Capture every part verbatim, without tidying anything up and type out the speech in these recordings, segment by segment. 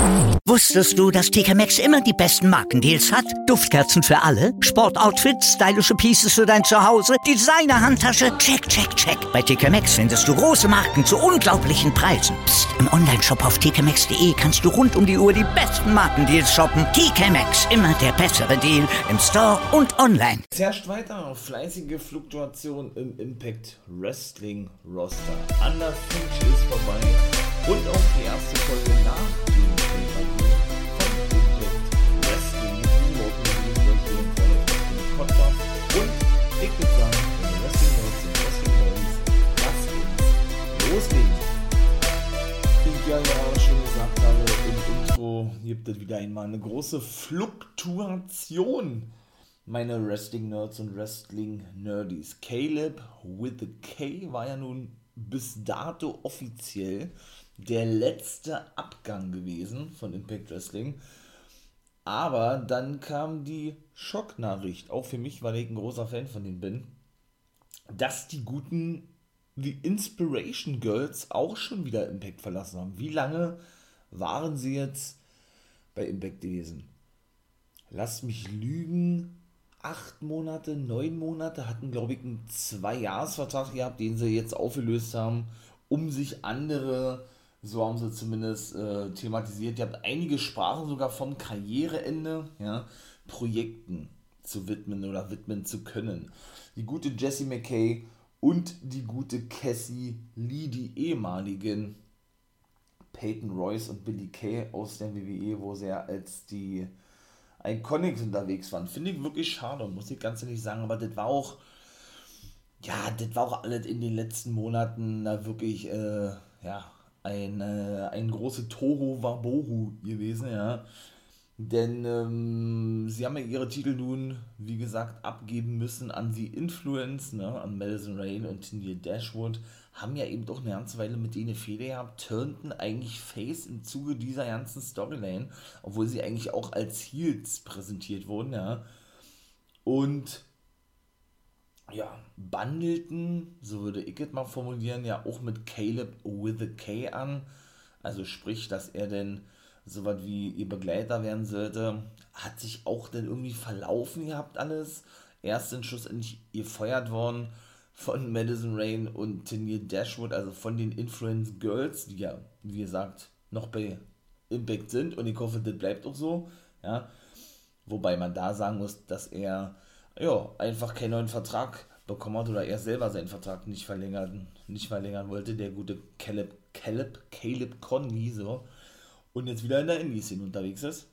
Wusstest du, dass T K Maxx immer die besten Markendeals hat? Duftkerzen für alle, Sportoutfits, stylische Pieces für dein Zuhause, Designer-Handtasche, check, check, check. Bei T K Maxx findest du große Marken zu unglaublichen Preisen. Psst. Im Onlineshop auf t k maxx punkt d e kannst du rund um die Uhr die besten Markendeals shoppen. T K Maxx, immer der bessere Deal im Store und online. Es herrscht weiter fleißige Fluktuation im Impact Wrestling Roster. Under Siege ist vorbei und auch die erste Folge nach dem Pay-Per-View von Impact Wrestling Remote Release durch den vordergründigen Podcast. Und ich würde sagen, wenn ihr Wrestling Nerds und Wrestling Nerds, lasst uns loslegen. Wie ich ja, ja schon gesagt habe im Intro, gibt es wieder einmal eine große Fluktuation. Meine Wrestling-Nerds und Wrestling-Nerdies. Caleb with a K war ja nun bis dato offiziell der letzte Abgang gewesen von Impact Wrestling. Aber dann kam die Schocknachricht, auch für mich, weil ich ein großer Fan von denen bin, dass die guten The Inspiration Girls auch schon wieder Impact verlassen haben. Wie lange waren sie jetzt bei Impact gewesen? Lasst mich lügen. Acht Monate, neun Monate, hatten, glaube ich, einen Zwei-Jahres-Vertrag gehabt, den sie jetzt aufgelöst haben, um sich andere, so haben sie zumindest äh, thematisiert, ihr habt einige Sprachen sogar vom Karriereende, ja, Projekten zu widmen oder widmen zu können. Die gute Jessie McKay und die gute Cassie Lee, die ehemaligen Peyton Royce und Billie Kay aus der W W E, wo sie ja als die Iconics unterwegs waren. Finde ich wirklich schade, muss ich ganz ehrlich sagen, aber das war auch, ja, das war auch alles in den letzten Monaten da wirklich, äh, ja, ein, äh, ein große Tohu Wabohu gewesen, ja, denn ähm, sie haben ja ihre Titel nun, wie gesagt, abgeben müssen an die Influence, ne, an Madison Rayne und Tennille Dashwood, haben ja eben doch eine ganze Weile mit denen eine Fehde gehabt, turnten eigentlich Face im Zuge dieser ganzen Storyline, obwohl sie eigentlich auch als Heels präsentiert wurden, ja, und ja, bandelten, so würde ich es mal formulieren, ja auch mit Caleb with a K an, also sprich, dass er denn so was wie ihr Begleiter werden sollte, hat sich auch dann irgendwie verlaufen gehabt alles, erst sind schlussendlich gefeuert worden von Madison Rayne und Tennille Dashwood, also von den Influence Girls, die ja, wie gesagt, noch bei Impact sind, und ich hoffe, das bleibt auch so, ja, wobei man da sagen muss, dass er, ja, einfach keinen neuen Vertrag bekommen hat, oder er selber seinen Vertrag nicht verlängern, nicht verlängern wollte, der gute Caleb, Caleb, Caleb Conley, so, und jetzt wieder in der Indie-Szene unterwegs ist.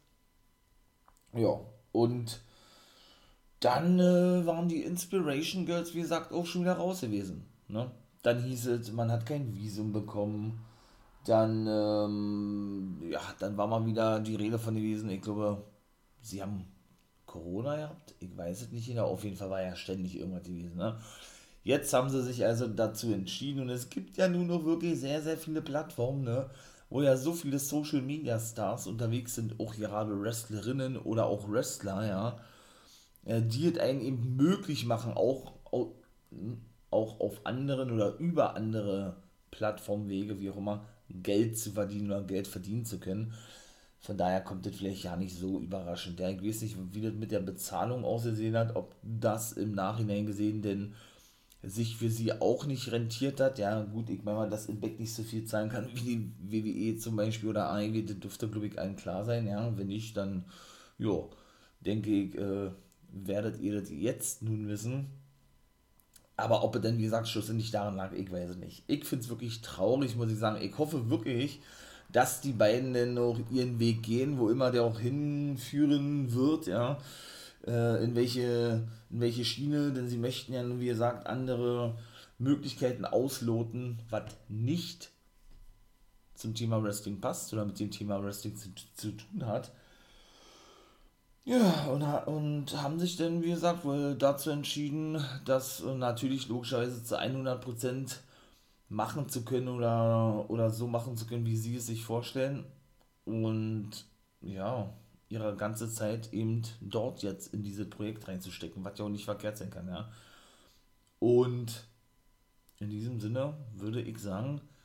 Ja, und dann äh, waren die Inspiration Girls, wie gesagt, auch schon wieder raus gewesen. Ne? Dann hieß es, man hat kein Visum bekommen. Dann, ähm, ja, dann war mal wieder die Rede von gewesen. Ich glaube, sie haben Corona gehabt. Ich weiß es nicht genau. Auf jeden Fall war ja ständig irgendwas gewesen. Ne? Jetzt haben sie sich also dazu entschieden. Und es gibt ja nun noch wirklich sehr, sehr viele Plattformen, ne? Wo ja so viele Social Media Stars unterwegs sind. Auch gerade Wrestlerinnen oder auch Wrestler, ja. Die es einen eben möglich machen, auch, auch, auch auf anderen oder über andere Plattformwege, wie auch immer, Geld zu verdienen oder Geld verdienen zu können. Von daher kommt das vielleicht ja nicht so überraschend. Ja, ich weiß nicht, wie das mit der Bezahlung ausgesehen hat, ob das im Nachhinein gesehen denn sich für sie auch nicht rentiert hat. Ja gut, ich meine mal, dass Impact nicht so viel zahlen kann wie die W W E zum Beispiel oder A E W, das dürfte, glaube ich, allen klar sein. Ja, wenn nicht, dann, jo, denke ich, äh, werdet ihr das jetzt nun wissen. Aber ob er denn, wie gesagt, schlussendlich daran lag, ich weiß es nicht. Ich finde es wirklich traurig, muss ich sagen. Ich hoffe wirklich, dass die beiden dann noch ihren Weg gehen, wo immer der auch hinführen wird, ja. Äh, in welche, in welche Schiene, denn sie möchten ja, wie gesagt, andere Möglichkeiten ausloten, was nicht zum Thema Wrestling passt oder mit dem Thema Wrestling zu, zu tun hat. Ja, und, und haben sich dann, wie gesagt, wohl dazu entschieden, das natürlich logischerweise zu hundert Prozent machen zu können oder, oder so machen zu können, wie sie es sich vorstellen. Und ja, ihre ganze Zeit eben dort jetzt in dieses Projekt reinzustecken, was ja auch nicht verkehrt sein kann, ja. Und in diesem Sinne würde ich sagen,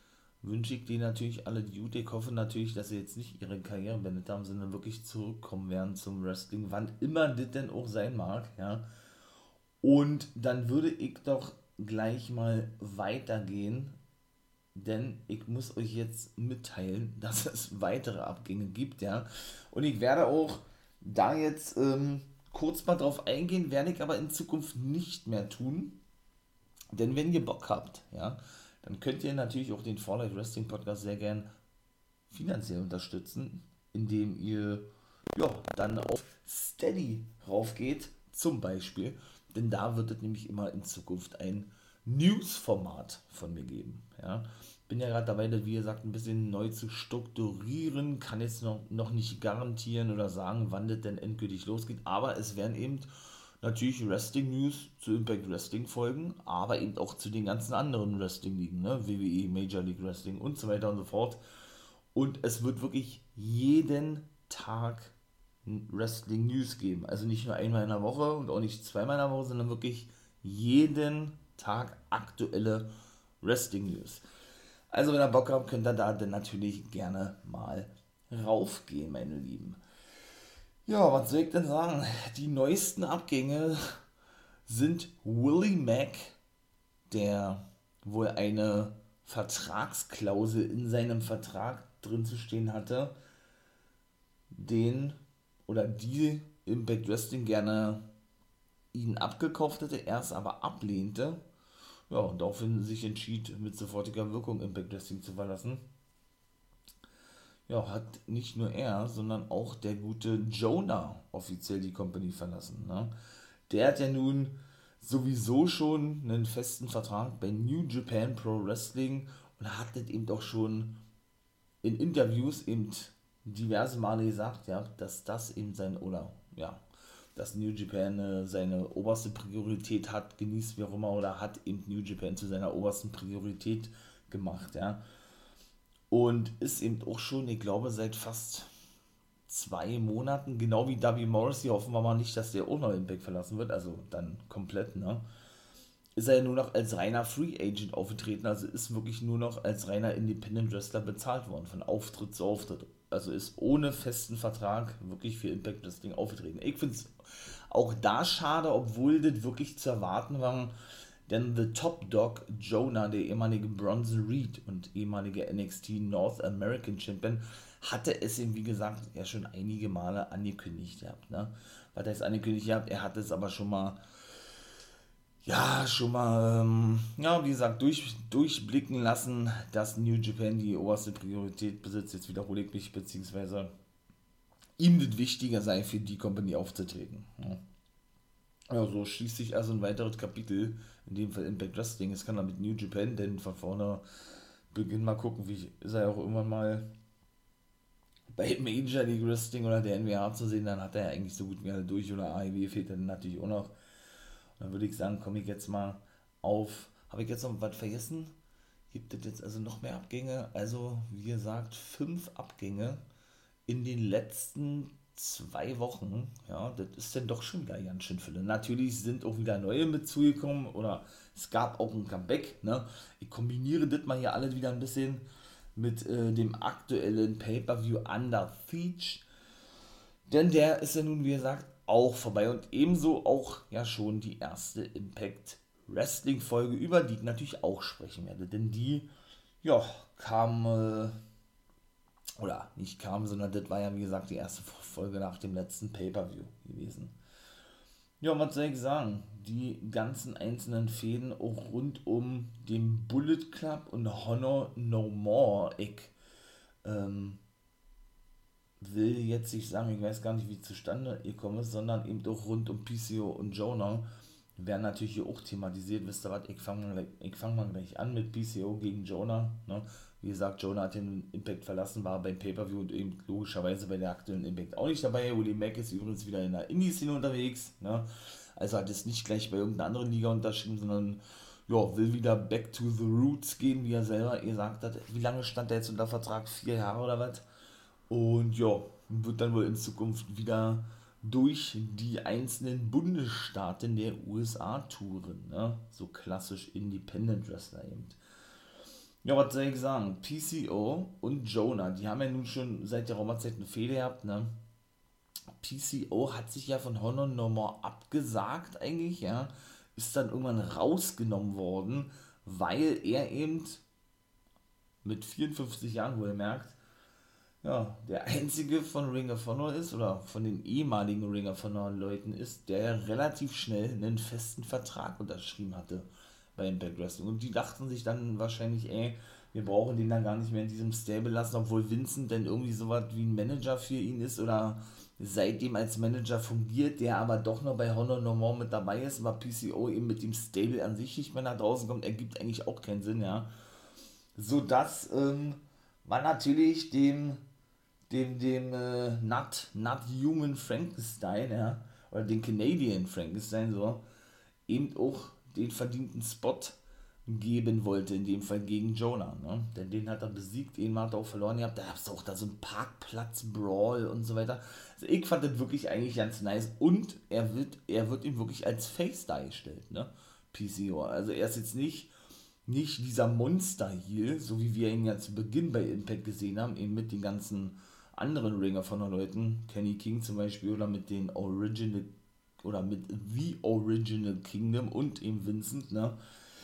wünsche ich denen natürlich alle Gute. Ich hoffe natürlich, dass sie jetzt nicht ihre Karriere beendet haben, sondern wirklich zurückkommen werden zum Wrestling, wann immer das denn auch sein mag, ja. Und dann würde ich doch gleich mal weitergehen, denn ich muss euch jetzt mitteilen, dass es weitere Abgänge gibt, ja. Und ich werde auch da jetzt ähm, kurz mal drauf eingehen, werde ich aber in Zukunft nicht mehr tun. Denn wenn ihr Bock habt, ja, dann könnt ihr natürlich auch den For Life Wrestling Podcast sehr gern finanziell unterstützen, indem ihr ja, dann auf Steady raufgeht, zum Beispiel. Denn da wird es nämlich immer in Zukunft ein News-Format von mir geben. Ja. Bin ja gerade dabei, das wie gesagt, ein bisschen neu zu strukturieren, kann jetzt noch, noch nicht garantieren oder sagen, wann das denn endgültig losgeht, aber es werden eben natürlich Wrestling-News zu Impact Wrestling folgen, aber eben auch zu den ganzen anderen Wrestling-Ligen, ne? W W E, Major League Wrestling und so weiter und so fort. Und es wird wirklich jeden Tag Wrestling-News geben. Also nicht nur einmal in der Woche und auch nicht zweimal in der Woche, sondern wirklich jeden Tag aktuelle Wrestling-News. Also wenn ihr Bock habt, könnt ihr da dann natürlich gerne mal raufgehen, meine Lieben. Ja, was soll ich denn sagen? Die neuesten Abgänge sind Willie Mack, der wohl eine Vertragsklausel in seinem Vertrag drin zu stehen hatte, den oder die Impact Wrestling gerne ihn abgekauft hätte, er es aber ablehnte. Ja, und daraufhin sich entschied, mit sofortiger Wirkung Impact Wrestling zu verlassen. Ja, hat nicht nur er, sondern auch der gute Jonah offiziell die Company verlassen. Ne? Der hat ja nun sowieso schon einen festen Vertrag bei New Japan Pro Wrestling und hat das eben auch schon in Interviews eben diverse Male gesagt, ja, dass das eben sein, oder ja, dass New Japan äh, seine oberste Priorität hat, genießt wie auch immer, oder hat eben New Japan zu seiner obersten Priorität gemacht, ja. Und ist eben auch schon, ich glaube, seit fast zwei Monaten, genau wie W. Morrissey, hoffen wir mal nicht, dass der auch noch Impact verlassen wird, also dann komplett, ne, ist er ja nur noch als reiner Free Agent aufgetreten, also ist wirklich nur noch als reiner Independent Wrestler bezahlt worden, von Auftritt zu Auftritt. Also ist ohne festen Vertrag wirklich für Impact Wrestling aufgetreten. Ich finde es auch da schade, obwohl das wirklich zu erwarten war, denn The Top Dog Jonah, der ehemalige Bronson Reed und ehemalige N X T North American Champion, hatte es ihm, wie gesagt, ja schon einige Male angekündigt gehabt. Ne? Was heißt angekündigt gehabt? Er hat es aber schon mal, ja, schon mal, ähm, ja, wie gesagt, durch, durchblicken lassen, dass New Japan die oberste Priorität besitzt. Jetzt wiederhole ich mich, beziehungsweise ihm das wichtiger sei, für die Company aufzutreten. Ja. Ja, so schließt sich also ein weiteres Kapitel, in dem Fall Impact Wrestling. Es kann dann mit New Japan, denn von vorne beginnen mal gucken, wie ist er auch irgendwann mal bei Major League Wrestling oder der N W A zu sehen, dann hat er ja eigentlich so gut wie alle durch, oder A E W fehlt dann natürlich auch noch. Und dann würde ich sagen, komme ich jetzt mal auf, habe ich jetzt noch was vergessen? Gibt es jetzt also noch mehr Abgänge? Also, wie gesagt, fünf Abgänge in den letzten zwei Wochen, ja, das ist dann doch schon gar ganz schön viele. Natürlich sind auch wieder neue mit zugekommen oder es gab auch ein Comeback, ne. Ich kombiniere das mal hier alles wieder ein bisschen mit äh, dem aktuellen Pay-Per-View Under Siege, denn der ist ja nun, wie gesagt, auch vorbei und ebenso auch ja schon die erste Impact Wrestling Folge, über die ich natürlich auch sprechen werde, denn die, ja, kam, äh, oder nicht kam, sondern das war ja, wie gesagt, die erste Folge nach dem letzten Pay-Per-View gewesen. Ja, was soll ich sagen? Die ganzen einzelnen Fäden auch rund um den Bullet Club und Honor No More. Ich ähm, will jetzt nicht sagen, ich weiß gar nicht, wie es zustande gekommen ist, sondern eben auch rund um P C O und Jonah werden natürlich hier auch thematisiert. Wisst ihr was, ich fange mal, ich fang mal gleich an mit P C O gegen Jonah. Ne? Wie gesagt, Jonah hat den Impact verlassen, war beim Pay-Per-View und eben logischerweise bei der aktuellen Impact auch nicht dabei. Willie Mack ist übrigens wieder in der Indie-Szene unterwegs. Ne? Also hat es nicht gleich bei irgendeiner anderen Liga unterschrieben, sondern ja, will wieder back to the roots gehen, wie er selber gesagt hat. Wie lange stand er jetzt unter Vertrag? Vier Jahre oder was? Und ja, wird dann wohl in Zukunft wieder durch die einzelnen Bundesstaaten der U S A touren. Ne? So klassisch Independent Wrestler eben. Ja, was soll ich sagen? P C O und Jonah, die haben ja nun schon seit der Raumerzeit eine Fehde gehabt, ne? P C O hat sich ja von Honor No More abgesagt eigentlich, ja, ist dann irgendwann rausgenommen worden, weil er eben mit vierundfünfzig Jahren, wo ihr merkt, ja, der einzige von Ring of Honor ist, oder von den ehemaligen Ring of Honor Leuten ist, der ja relativ schnell einen festen Vertrag unterschrieben hatte bei Impact Wrestling. Und die dachten sich dann wahrscheinlich, ey, wir brauchen den dann gar nicht mehr in diesem Stable lassen, obwohl Vincent dann irgendwie sowas wie ein Manager für ihn ist oder seitdem als Manager fungiert, der aber doch noch bei Honor No More mit dabei ist, aber P C O eben mit dem Stable an sich nicht mehr nach draußen kommt, ergibt eigentlich auch keinen Sinn, ja. Sodass ähm, man natürlich dem dem, dem äh, Not, Not Human Frankenstein, ja, oder den Canadian Frankenstein, so, eben auch den verdienten Spot geben wollte, in dem Fall gegen Jonah, ne? Denn den hat er besiegt, den hat er auch verloren gehabt, da gab es auch da so einen Parkplatz-Brawl und so weiter. Also ich fand das wirklich eigentlich ganz nice und er wird, er wird ihm wirklich als Face dargestellt, ne? P C O. Also er ist jetzt nicht, nicht dieser Monster-Heel, so wie wir ihn ja zu Beginn bei Impact gesehen haben, eben mit den ganzen anderen Ringer von den Leuten, Kenny King zum Beispiel, oder mit den Original, oder mit The Original Kingdom und eben Vincent, ne?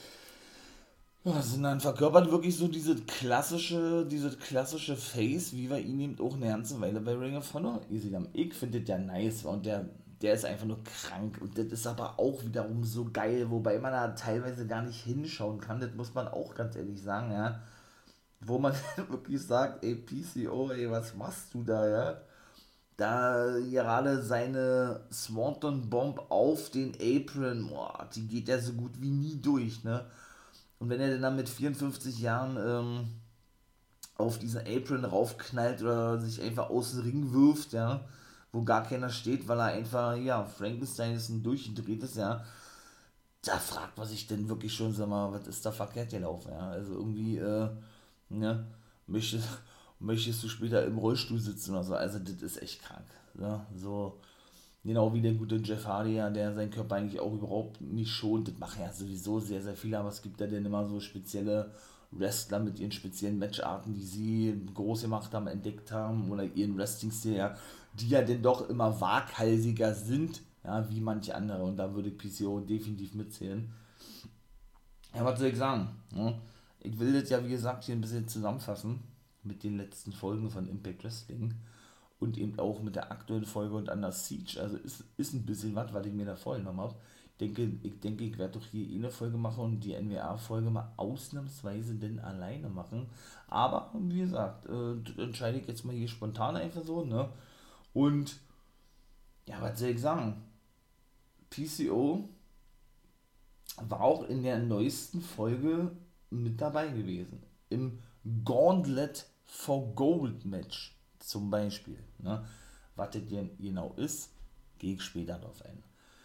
Ja, sind dann verkörpert wirklich so diese klassische, diese klassische Face, wie wir ihn eben auch eine ganze Weile bei Ring of Honor gesehen haben. Ich finde das ja nice und der, der ist einfach nur krank und das ist aber auch wiederum so geil, wobei man da teilweise gar nicht hinschauen kann, das muss man auch ganz ehrlich sagen, ja. Wo man wirklich sagt, ey P C O, ey, was machst du da, ja? Da gerade seine Swanton Bomb auf den Apron, boah, die geht ja so gut wie nie durch, ne? Und wenn er dann mit vierundfünfzig Jahren ähm, auf diesen Apron raufknallt oder sich einfach aus dem Ring wirft, ja, wo gar keiner steht, weil er einfach, ja, Frankenstein ist ein durchgedrehtes, ja, da fragt man sich denn wirklich schon, sag mal, was ist da verkehrt gelaufen, ja? Also irgendwie, äh, ne, möchtest, möchtest du später im Rollstuhl sitzen oder so, also das ist echt krank, ne? So, genau wie der gute Jeff Hardy, ja, der seinen Körper eigentlich auch überhaupt nicht schont. Das machen ja sowieso sehr, sehr viele, aber es gibt ja dann immer so spezielle Wrestler mit ihren speziellen Matcharten, die sie groß gemacht haben, entdeckt haben oder ihren Wrestling-Stil, ja, die ja dann doch immer waghalsiger sind, ja, wie manche andere. Und da würde P C O definitiv mitzählen. Ja, was soll ich sagen? Ne? Ich will das ja, wie gesagt, hier ein bisschen zusammenfassen mit den letzten Folgen von Impact Wrestling und eben auch mit der aktuellen Folge und an der Siege. Also ist, ist ein bisschen was, was ich mir da vorgenommen habe. Denke, ich denke, ich werde doch hier eh eine Folge machen und die N W A-Folge mal ausnahmsweise denn alleine machen. Aber, wie gesagt, äh, das entscheide ich jetzt mal hier spontan einfach so, ne? Und, ja, was soll ich sagen? P C O war auch in der neuesten Folge mit dabei gewesen. Im Gauntlet for Gold Match zum Beispiel. Ne? Was das genau ist, gehe ich später darauf ein.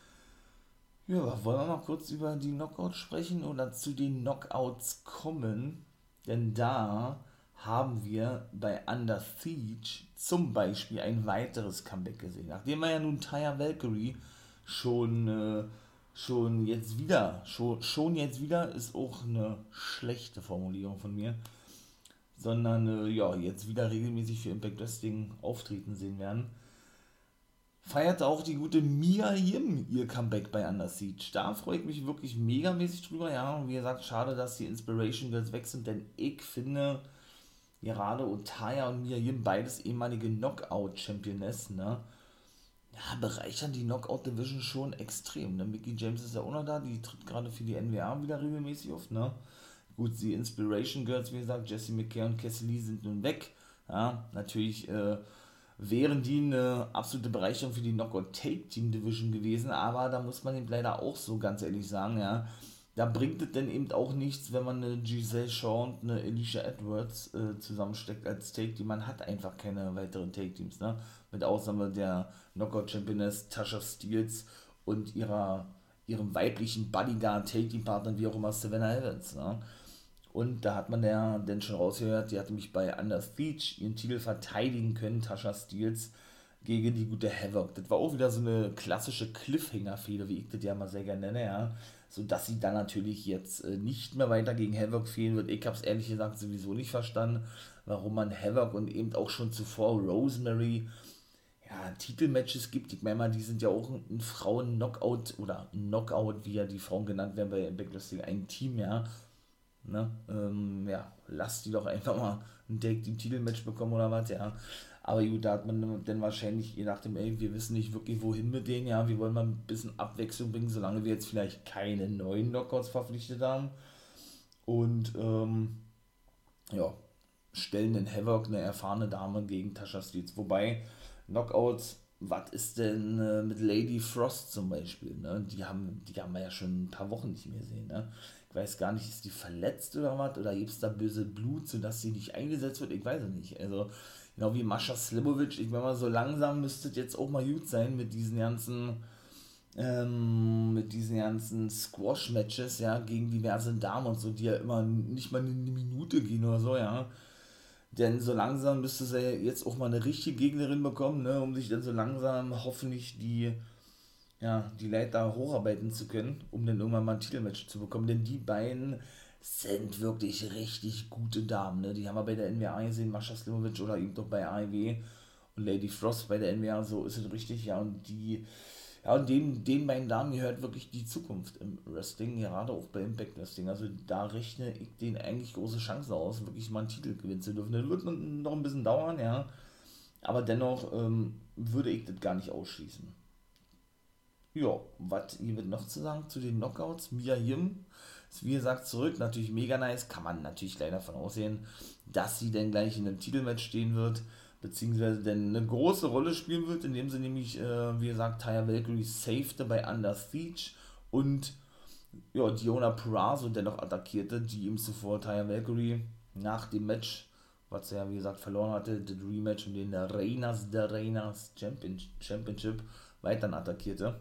Ja, wollen wir mal kurz über die Knockouts sprechen oder zu den Knockouts kommen? Denn da haben wir bei Under Siege zum Beispiel ein weiteres Comeback gesehen. Nachdem wir ja nun Taya Valkyrie schon, äh, schon jetzt wieder, schon, schon jetzt wieder ist auch eine schlechte Formulierung von mir, sondern äh, ja, jetzt wieder regelmäßig für Impact Wrestling auftreten sehen werden, feierte auch die gute Mia Yim ihr Comeback bei Under Siege. Da freue ich mich wirklich megamäßig drüber. Ja, wie gesagt, schade, dass die Inspiration Girls weg sind, denn ich finde, gerade Otaya und Mia Yim, beides ehemalige Knockout-Championess, ne, ja, bereichern die Knockout-Division schon extrem. Ne? Mickie James ist ja auch noch da, die tritt gerade für die N W A wieder regelmäßig auf, ne. Gut, die Inspiration Girls, wie gesagt, Jessie McKay und Cassie Lee sind nun weg. Ja, natürlich äh, wären die eine absolute Bereicherung für die Knockout Take Team Division gewesen, aber da muss man eben leider auch so ganz ehrlich sagen, ja, da bringt es denn eben auch nichts, wenn man eine Giselle Shaw und eine Alicia Edwards äh, zusammensteckt als Take Team. Man hat einfach keine weiteren Take Teams, ne? Mit Ausnahme der Knockout Championess Tasha Steelz und ihrer, ihrem weiblichen Bodyguard Take Team Partner, wie auch immer, Savannah Evans, ne? Und da hat man ja dann schon rausgehört, die hatte mich bei Under Siege ihren Titel verteidigen können, Tasha Steelz, gegen die gute Havoc. Das war auch wieder so eine klassische Cliffhanger-Fehde, wie ich das ja mal sehr gerne nenne, ja. sodass sie dann natürlich jetzt äh, nicht mehr weiter gegen Havoc fehlen wird. Ich habe es ehrlich gesagt sowieso nicht verstanden, warum man Havoc und eben auch schon zuvor Rosemary ja, Titelmatches gibt. Ich meine mal, die sind ja auch ein Frauen-Knockout oder Knockout, wie ja die Frauen genannt werden bei Impact Wrestling, ein Team, ja. Ne? Ähm, ja, lass die doch einfach mal ein Tag-Team-Titelmatch bekommen oder was, ja. Aber gut, da hat man dann wahrscheinlich gedacht, ey, wir wissen nicht wirklich, wohin mit denen, ja, wir wollen mal ein bisschen Abwechslung bringen, solange wir jetzt vielleicht keine neuen Knockouts verpflichtet haben. Und, ähm, ja, stellen den Havoc, eine erfahrene Dame, gegen Tasha Steelz. Wobei, Knockouts, was ist denn äh, mit Lady Frost zum Beispiel, ne? Die haben, die haben wir ja schon ein paar Wochen nicht mehr gesehen, ne? Ich weiß gar nicht, ist die verletzt oder was? Oder gibt es da böse Blut, sodass sie nicht eingesetzt wird? Ich weiß es nicht. Also, genau wie Mascha Slimovic, ich meine mal, so langsam müsste es jetzt auch mal gut sein mit diesen ganzen, ähm, mit diesen ganzen Squash-Matches, ja, gegen diverse Damen und so, die ja immer nicht mal eine Minute gehen oder so, ja. Denn so langsam müsste sie ja jetzt auch mal eine richtige Gegnerin bekommen, ne, um sich dann so langsam hoffentlich die, ja, die Leiter hocharbeiten zu können, um dann irgendwann mal ein Titelmatch zu bekommen. Denn die beiden sind wirklich richtig gute Damen, ne? Die haben wir bei der N W A gesehen, Mascha Slimovic oder eben doch bei A E W und Lady Frost bei der N W A, so ist es richtig, ja, und die, ja, und den, den beiden Damen gehört wirklich die Zukunft im Wrestling, gerade auch bei Impact Wrestling, also da rechne ich denen eigentlich große Chancen aus, wirklich mal einen Titel gewinnen zu dürfen. Das wird noch ein bisschen dauern, ja, aber dennoch ähm, würde ich das gar nicht ausschließen. Ja, was hier wird noch zu sagen zu den Knockouts? Mia Yim ist wie gesagt zurück, natürlich mega nice, kann man natürlich leider davon aussehen, dass sie dann gleich in einem Titelmatch stehen wird, beziehungsweise dann eine große Rolle spielen wird, indem sie nämlich, äh, wie gesagt, Taya Valkyrie safete bei Under Siege und ja, Diona Purrazzo dennoch attackierte, die ihm zuvor Taya Valkyrie nach dem Match, was er ja wie gesagt verloren hatte, das Rematch um den Reinas de Reinas Champion, Championship weiter attackierte.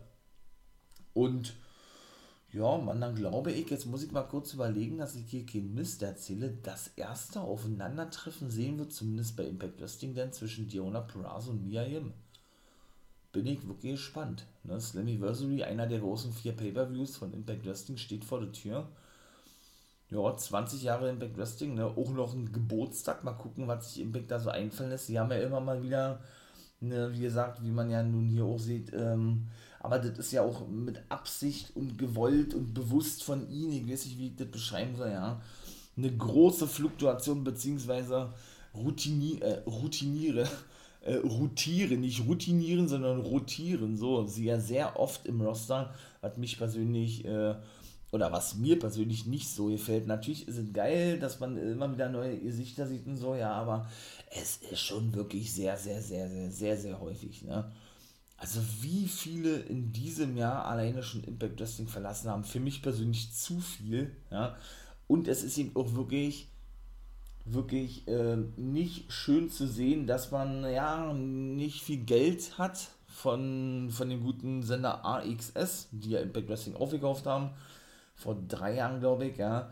Und ja, man, dann glaube ich, jetzt muss ich mal kurz überlegen, dass ich hier keinen Mist erzähle, das erste Aufeinandertreffen sehen wir zumindest bei Impact Wrestling dann zwischen Diona Purrazzo und Mia Yim. Bin ich wirklich gespannt. Ne? Slammiversary, einer der großen vier Pay-Per-Views von Impact Wrestling, steht vor der Tür. Ja, zwanzig Jahre Impact Wrestling, ne? Auch noch ein Geburtstag. Mal gucken, was sich Impact da so einfallen lässt. Sie haben ja immer mal wieder, ne, wie gesagt, wie man ja nun hier auch sieht, ähm, aber das ist ja auch mit Absicht und gewollt und bewusst von ihnen, ich weiß nicht, wie ich das beschreiben soll, ja, eine große Fluktuation, beziehungsweise routini äh, routiniere, äh, rotiere, nicht routinieren, sondern rotieren, so, sie ja sehr oft im Roster, was mich persönlich, äh, oder was mir persönlich nicht so gefällt. Natürlich ist es geil, dass man immer wieder neue Gesichter sieht und so, ja, aber es ist schon wirklich sehr, sehr, sehr, sehr, sehr, sehr häufig, ne? Also wie viele in diesem Jahr alleine schon Impact Wrestling verlassen haben, für mich persönlich zu viel, ja. Und es ist eben auch wirklich, wirklich äh, nicht schön zu sehen, dass man ja nicht viel Geld hat von, von dem guten Sender A X S, die ja Impact Wrestling aufgekauft haben, vor drei Jahren glaube ich, ja.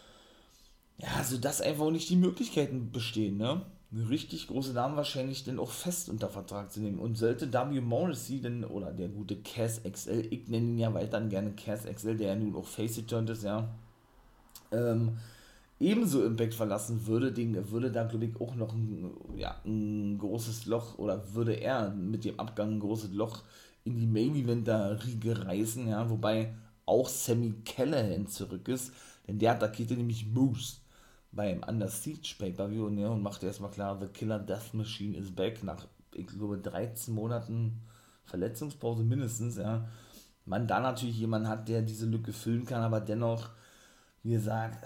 Ja, sodass einfach auch nicht die Möglichkeiten bestehen, ne? Richtig große Namen wahrscheinlich dann auch fest unter Vertrag zu nehmen. Und sollte W. Morrissey denn, oder der gute Cass X L, ich nenne ihn ja weiterhin gerne Cass X L, der ja nun auch face-returned ist, ja, ähm, ebenso Impact verlassen würde, den würde da glaube ich auch noch ein, ja, ein großes Loch, oder würde er mit dem Abgang ein großes Loch in die Main-Event-Riege reißen, ja, wobei auch Sami Callihan zurück ist, denn der attackierte nämlich Moose beim Under Siege Pay-Per-View, ne, und machte erstmal klar, The Killer Death Machine is back, nach, ich glaube, dreizehn Monaten Verletzungspause mindestens, ja. Man da natürlich jemanden hat, der diese Lücke füllen kann, aber dennoch, wie gesagt,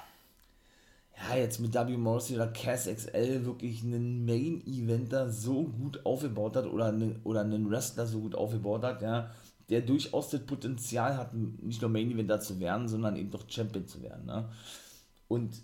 ja, jetzt mit W. Morrissey oder Cass X L wirklich einen Main-Eventer so gut aufgebaut hat, oder einen, oder einen Wrestler so gut aufgebaut hat, ja, der durchaus das Potenzial hat, nicht nur Main-Eventer zu werden, sondern eben doch Champion zu werden, ne. Und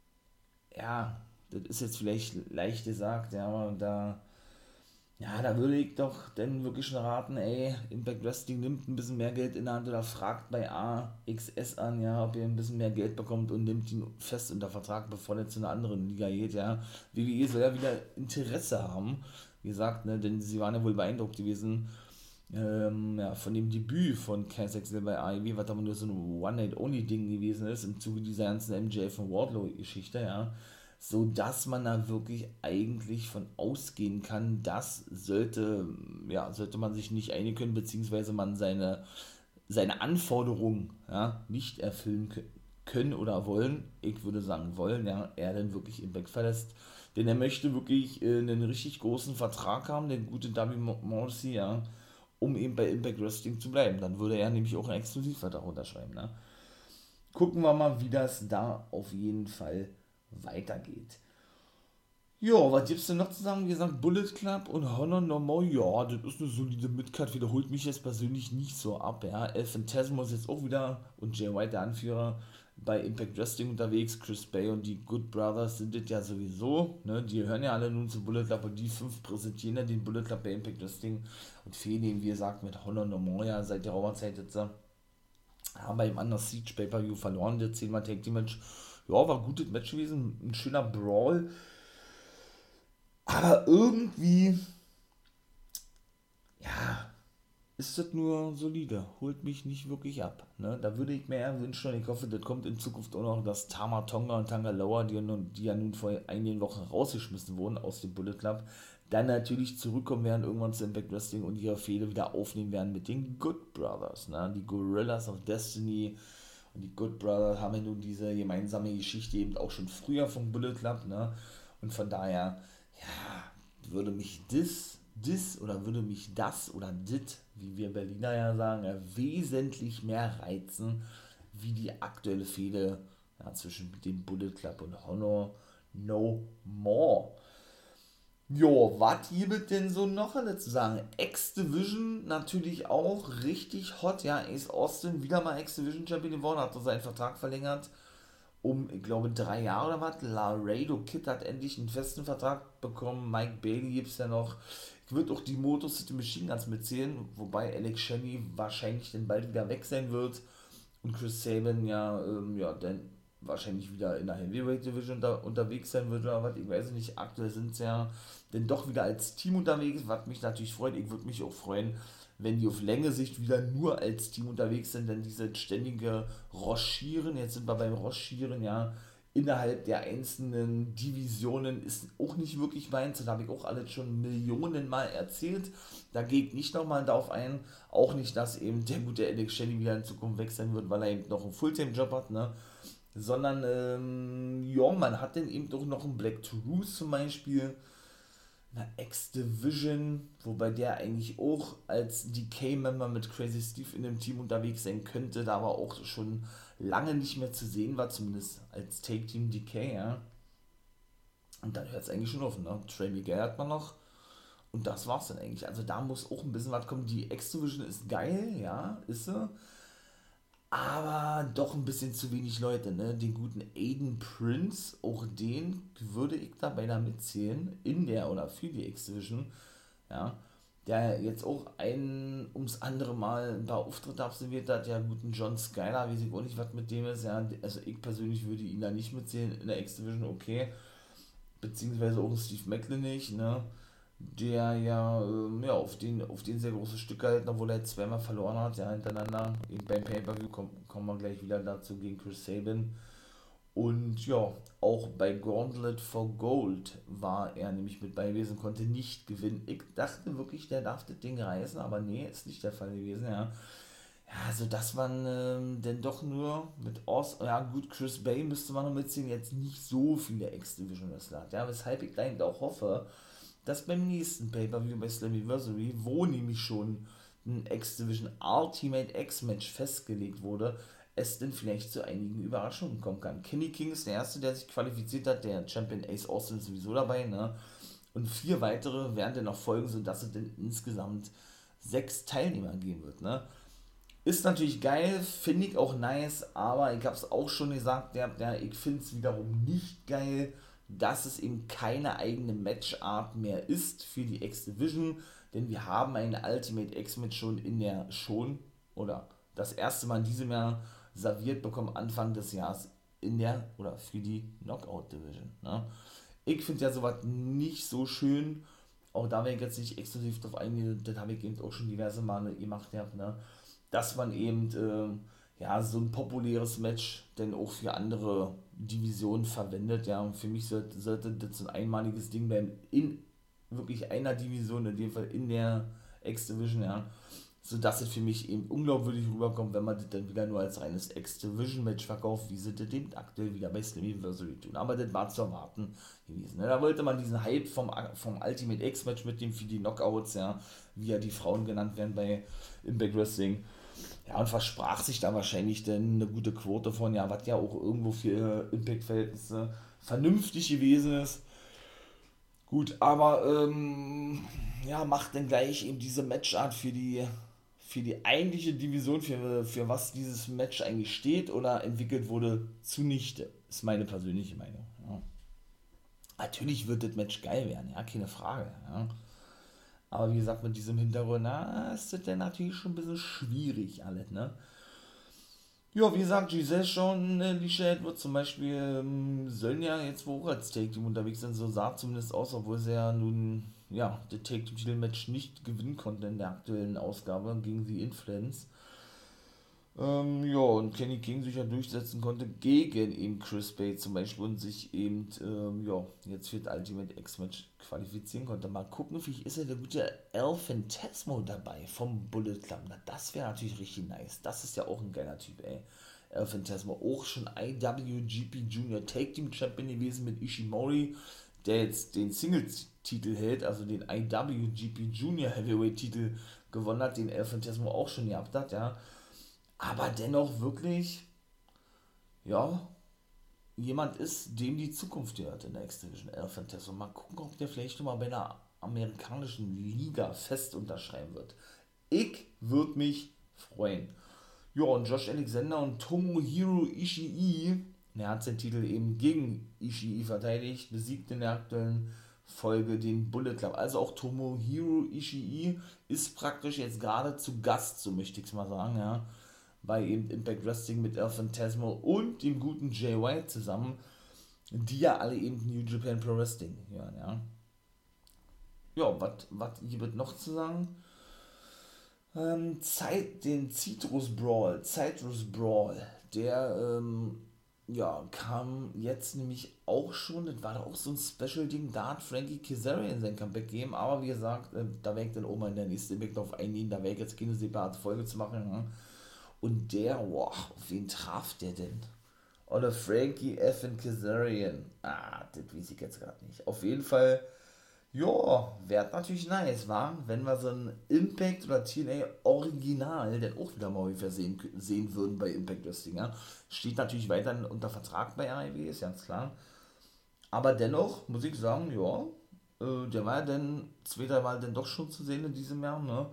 ja, das ist jetzt vielleicht leicht gesagt, ja, aber da, ja, da würde ich doch dann wirklich schon raten, ey, Impact Wrestling nimmt ein bisschen mehr Geld in der Hand oder fragt bei A X S an, ja, ob ihr ein bisschen mehr Geld bekommt und nimmt ihn fest unter Vertrag, bevor er zu einer anderen Liga geht, ja. W W E soll ja wieder Interesse haben, wie gesagt, ne, denn sie waren ja wohl beeindruckt gewesen, ähm, ja, von dem Debüt von Cass Axel bei A E W, was aber nur so ein One-Night-Only-Ding gewesen ist, im Zuge dieser ganzen M J F und Wardlow-Geschichte, ja, so dass man da wirklich eigentlich von ausgehen kann, dass sollte, ja, sollte man sich nicht einigen können, beziehungsweise man seine, seine Anforderungen, ja, nicht erfüllen können können oder wollen, ich würde sagen wollen, ja, er dann wirklich Impact verlässt. Denn er möchte wirklich äh, einen richtig großen Vertrag haben, den gute W. Morrissey, ja, um eben bei Impact Wrestling zu bleiben. Dann würde er nämlich auch einen Exklusivvertrag unterschreiben. Ne? Gucken wir mal, wie das da auf jeden Fall weitergeht. Ja, was gibt's denn noch zu sagen? Wie gesagt, Bullet Club und Honor No More, ja, das ist eine solide Midcard, wiederholt mich jetzt persönlich nicht so ab, ja. El Phantasmo ist jetzt auch wieder, und Jay White, der Anführer, bei Impact Wrestling unterwegs. Chris Bay und die Good Brothers sind das ja sowieso, ne, die hören ja alle nun zu Bullet Club, und die fünf präsentieren ja den Bullet Club bei Impact Wrestling und fehlen eben, wie gesagt, mit Honor No More, ja, seit der Raumerzeit jetzt, haben bei dem anderen Siege Pay-Per-View verloren, der zehnmal Tag Team Match, ja, war ein gutes Match gewesen, ein schöner Brawl, aber irgendwie, ja, ist das nur solide, holt mich nicht wirklich ab. Ne? Da würde ich mir eher wünschen, und ich hoffe, das kommt in Zukunft auch noch, dass Tama Tonga und Tangaloa, die, die ja nun vor einigen Wochen rausgeschmissen wurden aus dem Bullet Club, dann natürlich zurückkommen werden irgendwann zu Impact Wrestling und ihre Fehde wieder aufnehmen werden mit den Good Brothers. Ne? Die Gorillas of Destiny und die Good Brothers haben ja nun diese gemeinsame Geschichte eben auch schon früher vom Bullet Club. Ne? Und von daher, ja, würde mich das, das oder würde mich das oder dit, wie wir Berliner ja sagen, ja, wesentlich mehr reizen, wie die aktuelle Fehde, ja, zwischen dem Bullet Club und Honor No More. Jo, was gibt es denn so noch alles zu sagen? X-Division natürlich auch richtig hot, ja, Ace Austin wieder mal X-Division Champion geworden, hat seinen Vertrag verlängert um, ich glaube, drei Jahre oder was. Laredo Kid hat endlich einen festen Vertrag bekommen. Mike Bailey gibt es ja noch. Ich würde auch die Motor City Machine Guns mitzählen, wobei Alex Shelley wahrscheinlich dann bald wieder weg sein wird und Chris Sabin ja, ähm, ja, dann wahrscheinlich wieder in der Heavyweight Division da unterwegs sein wird oder was. Ich weiß nicht, aktuell sind sie ja dann doch wieder als Team unterwegs, was mich natürlich freut. Ich würde mich auch freuen, wenn die auf Länge Sicht wieder nur als Team unterwegs sind, denn diese ständige Rochieren, jetzt sind wir beim Rochieren, ja, innerhalb der einzelnen Divisionen ist auch nicht wirklich meins, das habe ich auch alles schon Millionen Mal erzählt, da gehe ich nicht nochmal darauf ein, auch nicht, dass eben der gute Alex Shelley wieder in Zukunft weg sein wird, weil er eben noch einen Fulltime-Job hat, ne, sondern, ähm, ja, man hat dann eben doch noch einen Black Truth zum Beispiel, eine X-Division, wobei der eigentlich auch als D K-Member mit Crazy Steve in dem Team unterwegs sein könnte, da aber auch schon lange nicht mehr zu sehen war, zumindest als Take-Team D K, ja. Und dann hört es eigentlich schon auf, ne? Trey Miguel hat man noch und das war's dann eigentlich. Also da muss auch ein bisschen was kommen. Die X-Division ist geil, ja, ist sie. Aber doch ein bisschen zu wenig Leute, ne? Den guten Aiden Prince, auch den würde ich dabei da mitzählen, in der oder für die X-Division, ja, der jetzt auch ein ums andere Mal ein paar Auftritte absolviert hat, der guten John Skyler, weiß ich auch nicht, was mit dem ist, ja, also ich persönlich würde ihn da nicht mitzählen, in der X-Division, okay, beziehungsweise auch Steve Macklin nicht, ne, der ja, ähm, ja auf den auf den sehr großes Stück gehalten, obwohl er zweimal verloren hat, ja, hintereinander. Eben beim Pay-Per-View kommen, kommen wir gleich wieder dazu gegen Chris Sabin. Und ja, auch bei Gauntlet for Gold war er nämlich mit bei gewesen, konnte nicht gewinnen. Ich dachte wirklich, der darf das Ding reißen, aber nee, ist nicht der Fall gewesen, ja. Ja, also dass man ähm, denn doch nur mit Oz, ja gut, Chris Bay müsste man noch mitziehen, jetzt nicht so viele X-Division-Wrestler hat, ja, weshalb ich eigentlich auch hoffe, dass beim nächsten Pay-Per-View bei Slammiversary, wo nämlich schon ein X-Division Ultimate X-Match festgelegt wurde, es denn vielleicht zu einigen Überraschungen kommen kann. Kenny King ist der Erste, der sich qualifiziert hat, der Champion Ace Austin ist sowieso dabei, ne? Und vier weitere werden dann noch folgen, sodass es dann insgesamt sechs Teilnehmer geben wird, ne? Ist natürlich geil, finde ich auch nice, aber ich habe es auch schon gesagt, ja, ja, ich finde es wiederum nicht geil, dass es eben keine eigene Matchart mehr ist für die X-Division, denn wir haben eine Ultimate X-Match schon in der, schon, oder das erste Mal in diesem Jahr serviert bekommen, Anfang des Jahres in der, oder für die Knockout Division. Ne? Ich finde ja sowas nicht so schön auch da wäre ich jetzt nicht exklusiv drauf eingehen, das habe ich eben auch schon diverse Male gemacht, ja, ne? Dass man eben ähm, ja, so ein populäres Match denn auch für andere Divisionen verwendet, ja, und für mich sollte, sollte das so ein einmaliges Ding bleiben, in wirklich einer Division, in dem Fall in der X-Division, ja, sodass es für mich eben unglaubwürdig rüberkommt, wenn man das dann wieder nur als reines X-Division-Match verkauft, wie sie das eben aktuell wieder bei Slammiversary tun. Aber das war zu erwarten gewesen. Ne? Da wollte man diesen Hype vom, vom Ultimate X-Match mitnehmen für die Knockouts, ja, wie ja die Frauen genannt werden bei Impact Wrestling. Ja, und versprach sich da wahrscheinlich dann eine gute Quote von, ja, was ja auch irgendwo für Impact-Verhältnisse vernünftig gewesen ist. Gut, aber ähm, ja, macht dann gleich eben diese Matchart für die für die eigentliche Division, für, für was dieses Match eigentlich steht oder entwickelt wurde, zunichte. Ist meine persönliche Meinung. Ja. Natürlich wird das Match geil werden, ja, keine Frage. Ja. Aber wie gesagt, mit diesem Hintergrund, na, ist das dann natürlich schon ein bisschen schwierig alles, ne? Ja, wie gesagt, Giselle schon, äh, Alicia Edwards zum Beispiel, ähm, sollen ja jetzt wohl auch als Take-Team unterwegs sein, so sah zumindest aus, obwohl sie ja nun, ja, das Take-Team-Titel-Match nicht gewinnen konnte in der aktuellen Ausgabe gegen die Influence. Ähm, ja, und Kenny King sich ja durchsetzen konnte gegen eben Chris Bay zum Beispiel und sich eben, ähm, ja, jetzt für das Ultimate X-Match qualifizieren konnte. Mal gucken, vielleicht ist ja der gute El Phantasmo dabei vom Bullet Club. Na, das wäre natürlich richtig nice. Das ist ja auch ein geiler Typ, ey. El Phantasmo, auch schon I W G P Junior Tag Team Champion gewesen mit Ishimori, der jetzt den Singles-Titel hält, also den I W G P Junior Heavyweight Titel gewonnen hat, den El Phantasmo auch schon gehabt hat, ja. Aber dennoch wirklich, ja, jemand ist, dem die Zukunft gehört in der X-Division, El Phantasmo. Mal gucken, ob der vielleicht nochmal bei einer amerikanischen Liga fest unterschreiben wird. Ich würde mich freuen. Ja, und Josh Alexander und Tomohiro Ishii, der hat seinen Titel eben gegen Ishii verteidigt, besiegt in der aktuellen Folge den Bullet Club. Also auch Tomohiro Ishii ist praktisch jetzt gerade zu Gast, so möchte ich es mal sagen, ja, bei eben Impact Wrestling mit El Phantasmo und dem guten Jay White zusammen, die ja alle eben New Japan Pro Wrestling hören, ja. Ja, was gibt es noch zu sagen? Ähm, Zeit, den Citrus Brawl, Citrus Brawl, der, ähm, ja, kam jetzt nämlich auch schon, das war da auch so ein Special-Ding, da hat Frankie Kazarian sein Comeback gegeben, aber wie gesagt, äh, da werde ich dann auch mal in der nächsten Impact drauf eingehen, da werde ich jetzt keine separate Folge zu machen, ja. Und der, boah, auf wen traf der denn? Oder Frankie F. Kazarian. Ah, das weiß ich jetzt gerade nicht. Auf jeden Fall, ja, wäre natürlich nice, war, wenn wir so ein Impact oder T N A Original dann auch wieder mal ungefähr sehen, sehen würden bei Impact Wrestling. Ja. Steht natürlich weiterhin unter Vertrag bei R I W, ist ganz klar. Aber dennoch, muss ich sagen, ja, äh, der war ja dann zweiter Mal dann doch schon zu sehen in diesem Jahr, ne?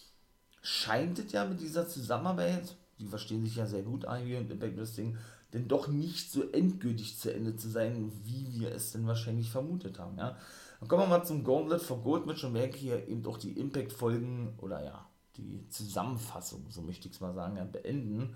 Scheint es ja mit dieser Zusammenarbeit, die verstehen sich ja sehr gut, I W und Impact Wrestling, denn doch nicht so endgültig zu Ende zu sein, wie wir es denn wahrscheinlich vermutet haben, ja. Dann kommen wir mal zum Gauntlet for Gold Match und werden hier eben auch die Impact-Folgen oder ja, die Zusammenfassung, so möchte ich es mal sagen, ja, beenden.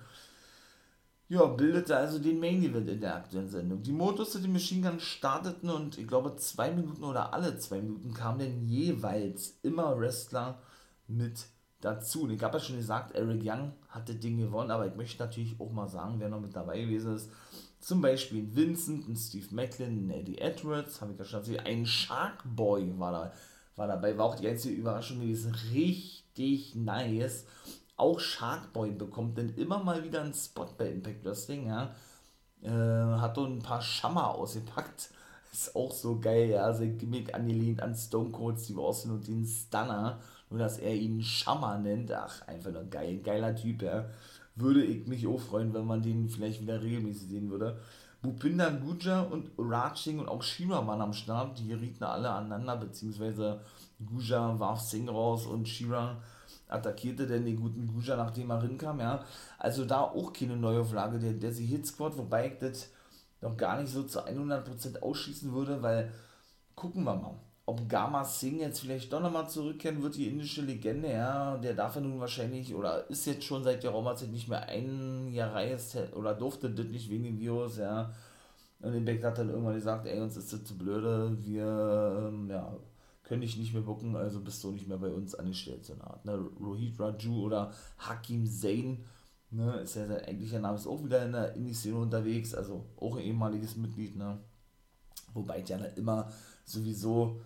Ja, bildete also den Main Event in der aktuellen Sendung. Die Motor City Machine Gun starteten und ich glaube zwei Minuten oder alle zwei Minuten kamen dann jeweils immer Wrestler mit dazu. Und ich habe ja schon gesagt, Eric Young hat das Ding gewonnen, aber ich möchte natürlich auch mal sagen, wer noch mit dabei gewesen ist. Zum Beispiel ein Vincent, ein Steve Macklin, ein Eddie Edwards, habe ich ja schon erzählt, ein Sharkboy war, da, war dabei, war auch die einzige Überraschung gewesen. Richtig nice. Auch Sharkboy bekommt dann immer mal wieder einen Spot bei Impact Wrestling, ja. Äh, hat so ein paar Schammer ausgepackt. Ist auch so geil, ja. Sein Gimmick angelehnt an Stone Cold Steve Austin und den Stunner. Nur, dass er ihn Schammer nennt. Ach, einfach nur geil. Geiler Typ, ja. Würde ich mich auch freuen, wenn man den vielleicht wieder regelmäßig sehen würde. Bhupinder Guja und Raj Singh und auch Shira waren am Start. Die gerieten alle aneinander, beziehungsweise Guja warf Singh raus und Shira attackierte denn den guten Guja, nachdem er rinkam, ja. Also da auch keine Neuauflage der Desi Hit Squad, wobei ich das noch gar nicht so zu hundert Prozent ausschließen würde, weil gucken wir mal, ob Gama Singh jetzt vielleicht doch nochmal zurückkehren wird, die indische Legende, ja, der darf ja nun wahrscheinlich, oder ist jetzt schon seit der Roma-Zeit nicht mehr ein Jahr reist, oder durfte das nicht wegen dem Virus, ja. Und Impact hat dann irgendwann gesagt, ey, uns ist das zu blöde, wir, ähm, ja, könnte ich nicht mehr bucken, also bist du nicht mehr bei uns angestellt, so eine Art. Ne? Rohit Raju oder Hakim Zayn, ne? Ist ja sein eigentlicher Name, ist auch wieder in der Indie-Szene unterwegs, also auch ein ehemaliges Mitglied, ne? Wobei es ja immer sowieso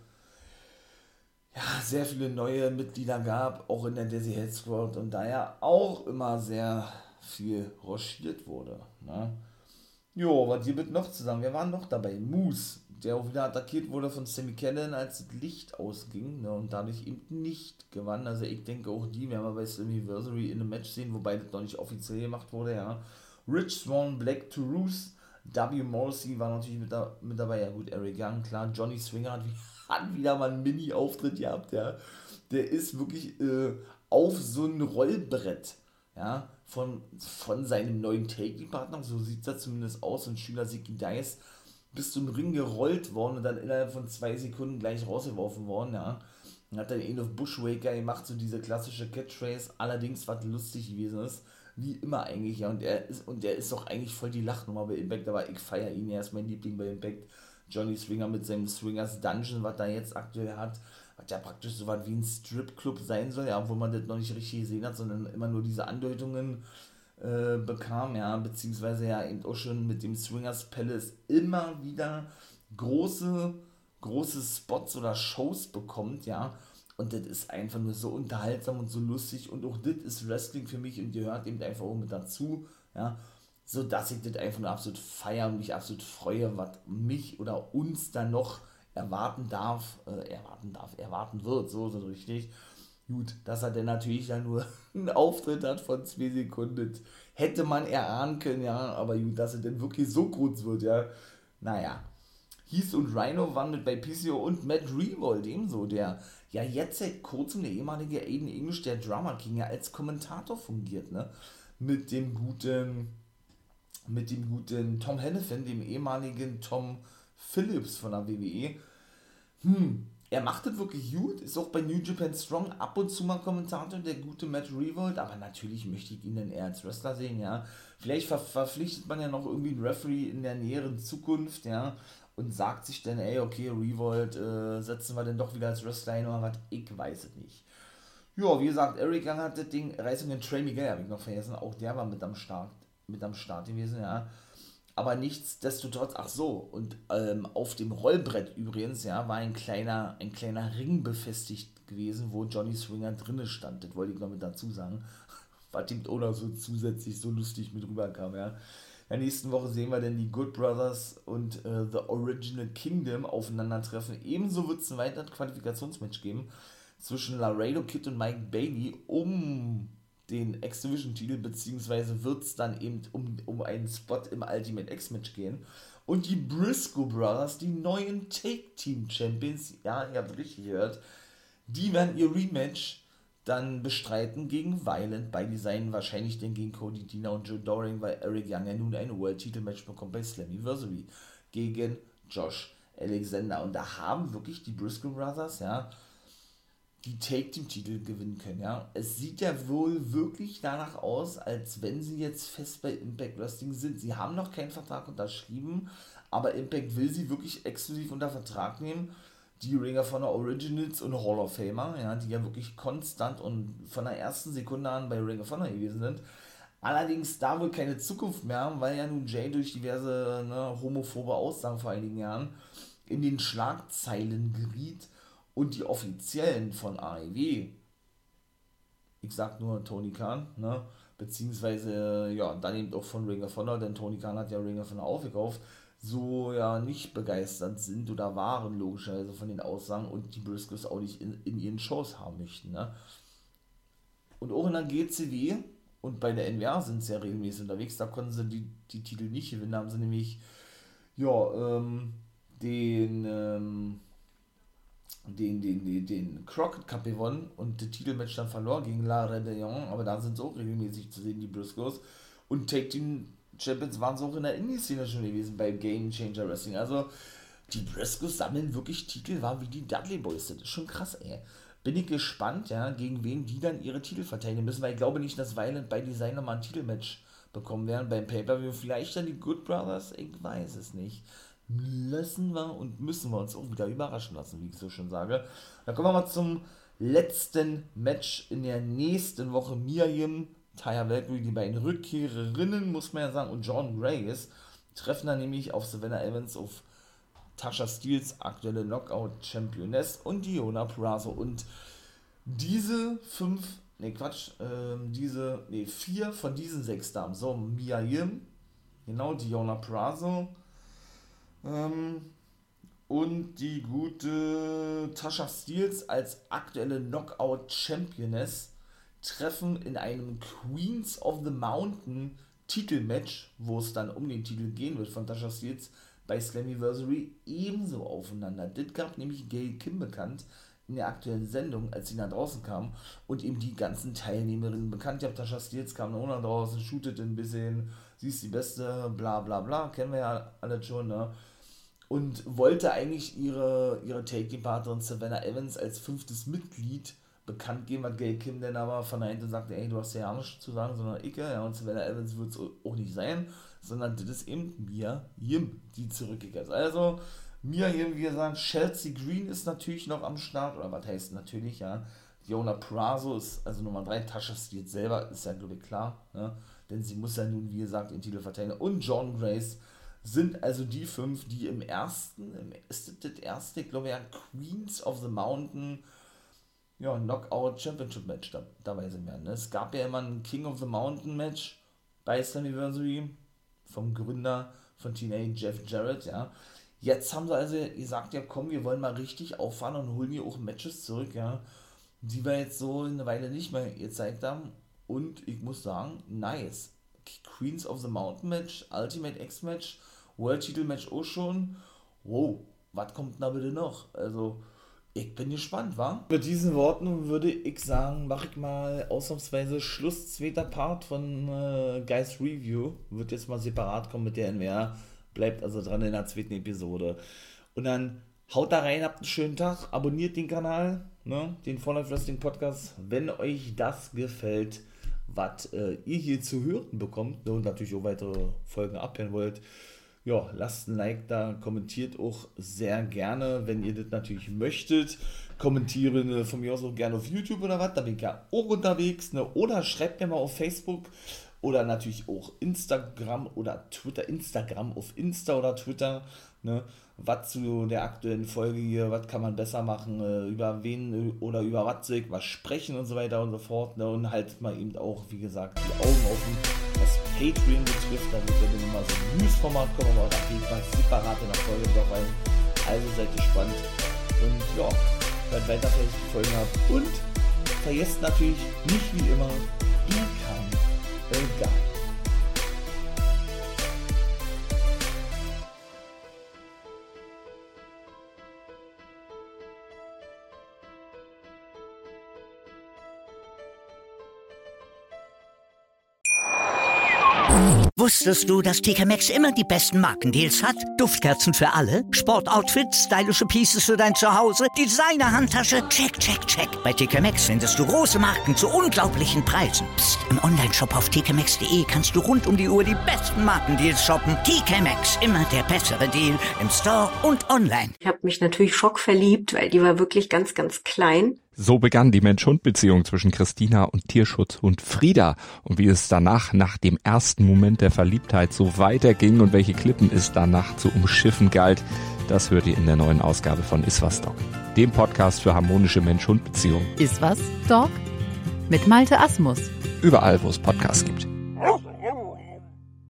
ja, sehr viele neue Mitglieder gab, auch in der Desi Head Squad und daher auch immer sehr viel ruschiert wurde. Ne? Jo, was hier mit noch zusammen? Wir waren noch dabei. Moose, der auch wieder attackiert wurde von Sami Callihan, als das Licht ausging, ne, und dadurch eben nicht gewann. Also ich denke auch die werden wir bei Slammiversary in einem Match sehen, wobei das noch nicht offiziell gemacht wurde, ja. Rich Swann, Black Taurus, W. Morrissey war natürlich mit, da, mit dabei, ja gut, Eric Young, klar, Johnny Swinger hat, hat wieder mal einen Mini-Auftritt gehabt, ja. Der ist wirklich äh, auf so ein Rollbrett, ja, von, von seinem neuen Take-Partner, so sieht das zumindest aus, und Schüler Siki Dice bis zum Ring gerollt worden und dann innerhalb von zwei Sekunden gleich rausgeworfen worden, ja. Und hat dann ihn auf Bushwaker gemacht, so diese klassische Catchphrase, allerdings, was lustig gewesen ist, wie immer eigentlich, ja, und er ist, und der ist doch eigentlich voll die Lachnummer bei Impact, aber ich feiere ihn, er ist mein Liebling bei Impact. Johnny Swinger mit seinem Swingers Dungeon, was er jetzt aktuell hat, was ja praktisch so was wie ein Stripclub sein soll, ja, wo man das noch nicht richtig gesehen hat, sondern immer nur diese Andeutungen äh, bekam, ja, beziehungsweise ja eben auch schon mit dem Swingers Palace immer wieder große, große Spots oder Shows bekommt, ja, und das ist einfach nur so unterhaltsam und so lustig und auch das ist Wrestling für mich und gehört eben einfach auch mit dazu, ja, so dass ich das einfach nur absolut feiere und mich absolut freue, was mich oder uns dann noch erwarten darf, äh, erwarten darf, erwarten wird, so, so richtig. Gut, dass er dann natürlich ja nur einen Auftritt hat von zwei Sekunden, das hätte man erahnen können, ja, aber gut, dass er dann wirklich so kurz wird, ja, naja. Heath und Rhino waren mit bei P C O und Matt Revolt ebenso, der ja jetzt seit kurzem der ehemalige Aiden English, der Drama King, ja als Kommentator fungiert, ne, mit dem guten mit dem guten Tom Hannifan, dem ehemaligen Tom Phillips von der W W E. Hm, er macht das wirklich gut, ist auch bei New Japan Strong ab und zu mal Kommentator, der gute Matt Revolt, aber natürlich möchte ich ihn dann eher als Wrestler sehen, ja. Vielleicht ver- verpflichtet man ja noch irgendwie einen Referee in der näheren Zukunft, ja, und sagt sich dann, ey, okay, Revolt, äh, setzen wir denn doch wieder als Wrestler ein oder was, ich weiß es nicht. Ja, wie gesagt, Eric Young hat das Ding, Reisung in Trey Miguel, habe ich noch vergessen, auch der war mit am Start, mit am Start gewesen, ja. Aber nichtsdestotrotz, ach so, und ähm, auf dem Rollbrett übrigens, ja, war ein kleiner, ein kleiner Ring befestigt gewesen, wo Johnny Swinger drinne stand. Das wollte ich noch mit dazu sagen. Was eben auch noch so zusätzlich so lustig mit rüberkam, ja. In der nächsten Woche sehen wir dann die Good Brothers und äh, The Original Kingdom aufeinandertreffen. Ebenso wird es ein weiteres Qualifikationsmatch geben zwischen Laredo Kid und Mike Bailey um den X-Division-Titel, beziehungsweise wird es dann eben um, um einen Spot im Ultimate X-Match gehen. Und die Briscoe Brothers, die neuen Take-Team-Champions, ja, ihr habt richtig gehört, die werden ihr Rematch dann bestreiten gegen Violent by Design, wahrscheinlich dann gegen Cody Deaner und Joe Doring, weil Eric Young ja nun ein World-Titel-Match bekommt bei Slammiversary gegen Josh Alexander. Und da haben wirklich die Briscoe Brothers, ja, die Take-Team-Titel gewinnen können, ja. Es sieht ja wohl wirklich danach aus, als wenn sie jetzt fest bei Impact Wrestling sind. Sie haben noch keinen Vertrag unterschrieben, aber Impact will sie wirklich exklusiv unter Vertrag nehmen. Die Ring of Honor Originals und Hall of Famer, ja, die ja wirklich konstant und von der ersten Sekunde an bei Ring of Honor gewesen sind. Allerdings da wohl keine Zukunft mehr haben, weil ja nun Jay durch diverse, ne, homophobe Aussagen vor einigen Jahren in den Schlagzeilen geriet. Und die Offiziellen von A E W, ich sag nur Tony Khan, ne, beziehungsweise, ja, dann eben auch von Ring of Honor, denn Tony Khan hat ja Ring of Honor aufgekauft, so, ja, nicht begeistert sind oder waren, logischerweise, von den Aussagen und die Briscoes auch nicht in, in ihren Shows haben möchten, ne. Und auch in der G C W und bei der N W A sind sie ja regelmäßig unterwegs, da konnten sie die, die Titel nicht gewinnen, da haben sie nämlich, ja, ähm, den, ähm, den, den, den, den Crockett Cup gewonnen und das Titelmatch dann verloren gegen La Rebellion, aber da sind sie auch regelmäßig zu sehen, die Briscoes. Und Tag Team Champions waren sie auch in der Indie-Szene schon gewesen bei Game Changer Wrestling. Also die Briscoes sammeln wirklich Titel, war wie die Dudley Boys. Das ist schon krass, ey. Bin ich gespannt, ja, gegen wen die dann ihre Titel verteidigen müssen, weil ich glaube nicht, dass Violent by Design nochmal ein Titelmatch bekommen werden beim Pay-Per-View. Vielleicht dann die Good Brothers, ich weiß es nicht. lassen wir und müssen wir uns auch wieder überraschen lassen, wie ich so schon sage. Dann kommen wir mal zum letzten Match in der nächsten Woche. Mia Yim, Taya Valkyrie, die beiden Rückkehrerinnen, muss man ja sagen, und Jordynne Grace treffen dann nämlich auf Savannah Evans, auf Tasha Steelz, aktuelle Knockout-Championess, und Deonna Purrazzo. Und diese fünf, ne Quatsch, ähm, diese, ne vier von diesen sechs Damen, so Mia Yim, genau, Deonna Purrazzo, ähm, und die gute Tasha Steelz als aktuelle Knockout-Championess treffen in einem Queens of the Mountain Titelmatch, wo es dann um den Titel gehen wird von Tasha Steelz bei Slammiversary, ebenso aufeinander. Das gab nämlich Gail Kim bekannt in der aktuellen Sendung, als sie nach draußen kam und eben die ganzen Teilnehmerinnen bekannt. Ja, Tasha Steelz kam auch nach draußen, shootet ein bisschen, sie ist die Beste, bla bla bla, kennen wir ja alle schon, ne? Und wollte eigentlich ihre, ihre Take-Team-Partnerin Savannah Evans als fünftes Mitglied bekannt geben, was Gail Kim dann aber verneint und sagte, ey, du hast ja nichts zu sagen, sondern ich, ja, und Savannah Evans wird es auch nicht sein, sondern das ist eben Mia Yim, die zurückgekehrt ist. Also, Mia Yim, wie gesagt, Chelsea Green ist natürlich noch am Start, oder was heißt natürlich, ja, Deonna Purrazzo ist also Nummer drei, Tasha Steelz selber ist ja, glaube ich, klar, ne? Denn sie muss ja nun, wie gesagt, den Titel verteidigen, und Jordynne Grace sind also die fünf, die im ersten, im, ist das das erste, ich glaube ja, Queens of the Mountain, ja, Knockout Championship Match da, dabei sind werden. Ne? Es gab ja immer ein King of the Mountain Match bei Slammiversary vom Gründer von T N A, Jeff Jarrett, ja. Jetzt haben sie also gesagt, ja komm, wir wollen mal richtig auffahren und holen hier auch Matches zurück, ja, die wir jetzt so eine Weile nicht mehr gezeigt haben. Und ich muss sagen, nice. Queens of the Mountain Match, Ultimate X Match, World Title Match auch schon. Wow, was kommt da bitte noch? Also, ich bin gespannt, wa? Mit diesen Worten würde ich sagen, mache ich mal ausnahmsweise Schluss, zweiter Part von äh, Guys Review. Wird jetzt mal separat kommen mit der N W R. Bleibt also dran in der zweiten Episode. Und dann haut da rein, habt einen schönen Tag, abonniert den Kanal, ne, den For Life Wrestling Podcast, wenn euch das gefällt, was äh, ihr hier zu hören bekommt, ne, und natürlich auch weitere Folgen abhören wollt. Ja, lasst ein Like da, kommentiert auch sehr gerne, wenn ihr das natürlich möchtet. Kommentiere ne, von mir aus auch gerne auf YouTube oder was, da bin ich ja auch unterwegs. Ne? Oder schreibt mir mal auf Facebook oder natürlich auch Instagram oder Twitter. Instagram auf Insta oder Twitter, ne? Was zu der aktuellen Folge hier, was kann man besser machen, äh, über wen oder über was soll ich was sprechen und so weiter und so fort. Ne? Und halt mal eben auch, wie gesagt, die Augen offen, was Patreon betrifft. Da wird ja dann immer so ein News-Format kommen, aber da geht man separat in der Folge doch rein. Also seid gespannt und ja, hört weiter, wenn ich die Folgen habt. Und vergesst natürlich nicht wie immer, Become a Guy. Wusstest du, dass T K Maxx immer die besten Markendeals hat? Duftkerzen für alle, Sportoutfits, stylische Pieces für dein Zuhause, Designer-Handtasche, check, check, check. Bei T K Maxx findest du große Marken zu unglaublichen Preisen. Psst. Im Onlineshop auf t k maxx punkt d e kannst du rund um die Uhr die besten Markendeals shoppen. T K Maxx, immer der bessere Deal im Store und online. Ich habe mich natürlich schockverliebt, weil die war wirklich ganz, ganz klein. So begann die Mensch-Hund-Beziehung zwischen Christina und Tierschutzhund Frieda. Und wie es danach, nach dem ersten Moment der Verliebtheit, so weiterging und welche Klippen es danach zu umschiffen galt, das hört ihr in der neuen Ausgabe von Iswas Dog, dem Podcast für harmonische Mensch-Hund-Beziehungen. Iswas Dog? Mit Malte Asmus. Überall, wo es Podcasts gibt.